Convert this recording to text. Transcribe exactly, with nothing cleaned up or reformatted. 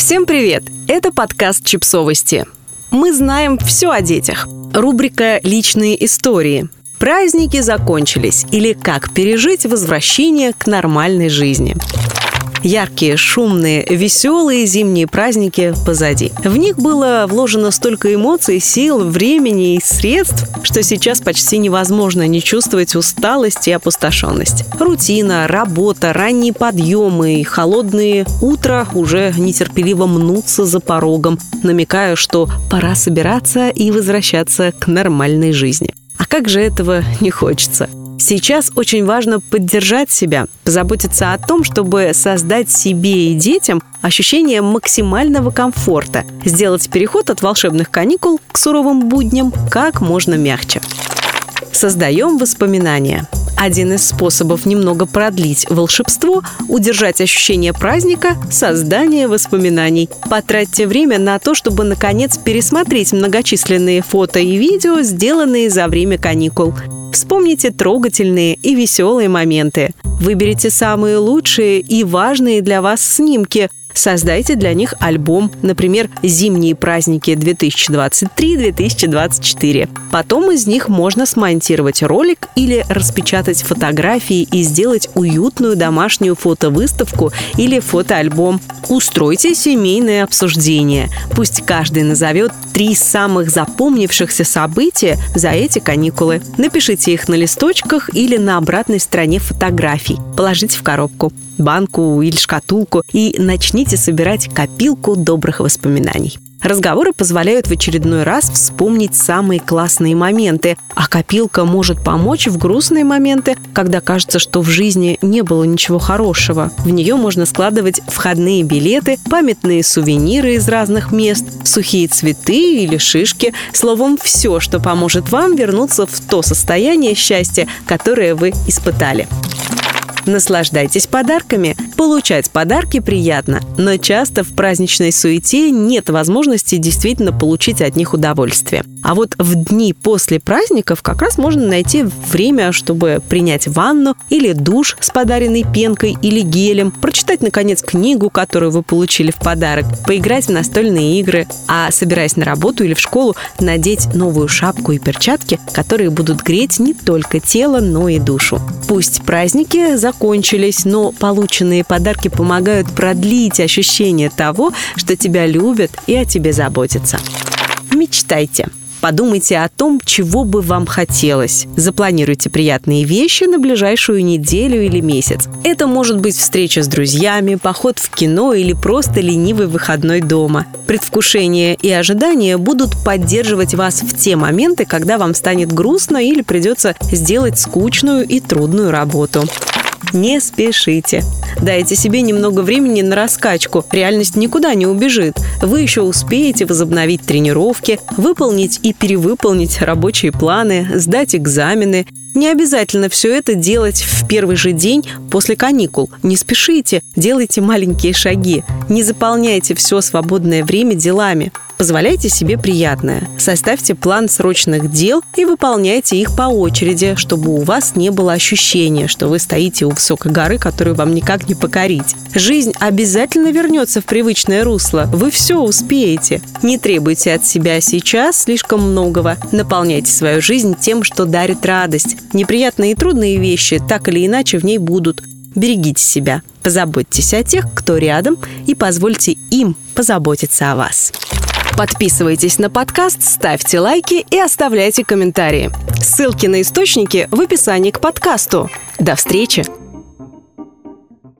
Всем привет! Это подкаст «Чипсовости». Мы знаем все о детях. Рубрика «Личные истории». Праздники закончились или как пережить возвращение к нормальной жизни. Яркие, шумные, веселые зимние праздники позади. В них было вложено столько эмоций, сил, времени и средств, что сейчас почти невозможно не чувствовать усталость и опустошенность. Рутина, работа, ранние подъемы и холодные утра уже нетерпеливо мнутся за порогом, намекая, что пора собираться и возвращаться к нормальной жизни. А как же этого не хочется? Сейчас очень важно поддержать себя, позаботиться о том, чтобы создать себе и детям ощущение максимального комфорта, сделать переход от волшебных каникул к суровым будням как можно мягче. Создаем воспоминания. Один из способов немного продлить волшебство – удержать ощущение праздника – создание воспоминаний. Потратьте время на то, чтобы, наконец, пересмотреть многочисленные фото и видео, сделанные за время каникул. Вспомните трогательные и веселые моменты. Выберите самые лучшие и важные для вас снимки. Создайте для них альбом, например, «Зимние праздники две тысячи двадцать три - две тысячи двадцать четыре». Потом из них можно смонтировать ролик или распечатать фотографии и сделать уютную домашнюю фотовыставку или фотоальбом. Устройте семейное обсуждение. Пусть каждый назовет три самых запомнившихся события за эти каникулы. Напишите их на листочках или на обратной стороне фотографий. Положите в коробку, банку или шкатулку и начните собирать копилку добрых воспоминаний. Разговоры позволяют в очередной раз вспомнить самые классные моменты, а копилка может помочь в грустные моменты, когда кажется, что в жизни не было ничего хорошего. В нее можно складывать входные билеты, памятные сувениры из разных мест, сухие цветы или шишки, словом, все, что поможет вам вернуться в то состояние счастья, которое вы испытали. Наслаждайтесь подарками. Получать подарки приятно, но часто в праздничной суете нет возможности действительно получить от них удовольствие. А вот в дни после праздников как раз можно найти время, чтобы принять ванну или душ с подаренной пенкой или гелем, прочитать, наконец, книгу, которую вы получили в подарок, поиграть в настольные игры, а, собираясь на работу или в школу, надеть новую шапку и перчатки, которые будут греть не только тело, но и душу. Пусть праздники закончились, но полученные подарки помогают продлить ощущение того, что тебя любят и о тебе заботятся. Мечтайте. Подумайте о том, чего бы вам хотелось. Запланируйте приятные вещи на ближайшую неделю или месяц. Это может быть встреча с друзьями, поход в кино или просто ленивый выходной дома. Предвкушение и ожидания будут поддерживать вас в те моменты, когда вам станет грустно или придется сделать скучную и трудную работу. Не спешите. Дайте себе немного времени на раскачку. Реальность никуда не убежит. Вы еще успеете возобновить тренировки, выполнить и перевыполнить рабочие планы, сдать экзамены. Не обязательно все это делать в первый же день после каникул. Не спешите, делайте маленькие шаги. Не заполняйте все свободное время делами. Позволяйте себе приятное. Составьте план срочных дел и выполняйте их по очереди, чтобы у вас не было ощущения, что вы стоите у высокой горы, которую вам никак не покорить. Жизнь обязательно вернется в привычное русло. Вы все успеете. Не требуйте от себя сейчас слишком многого. Наполняйте свою жизнь тем, что дарит радость. Неприятные и трудные вещи так или иначе в ней будут. Берегите себя. Позаботьтесь о тех, кто рядом, и позвольте им позаботиться о вас. Подписывайтесь на подкаст, ставьте лайки и оставляйте комментарии. Ссылки на источники в описании к подкасту. До встречи!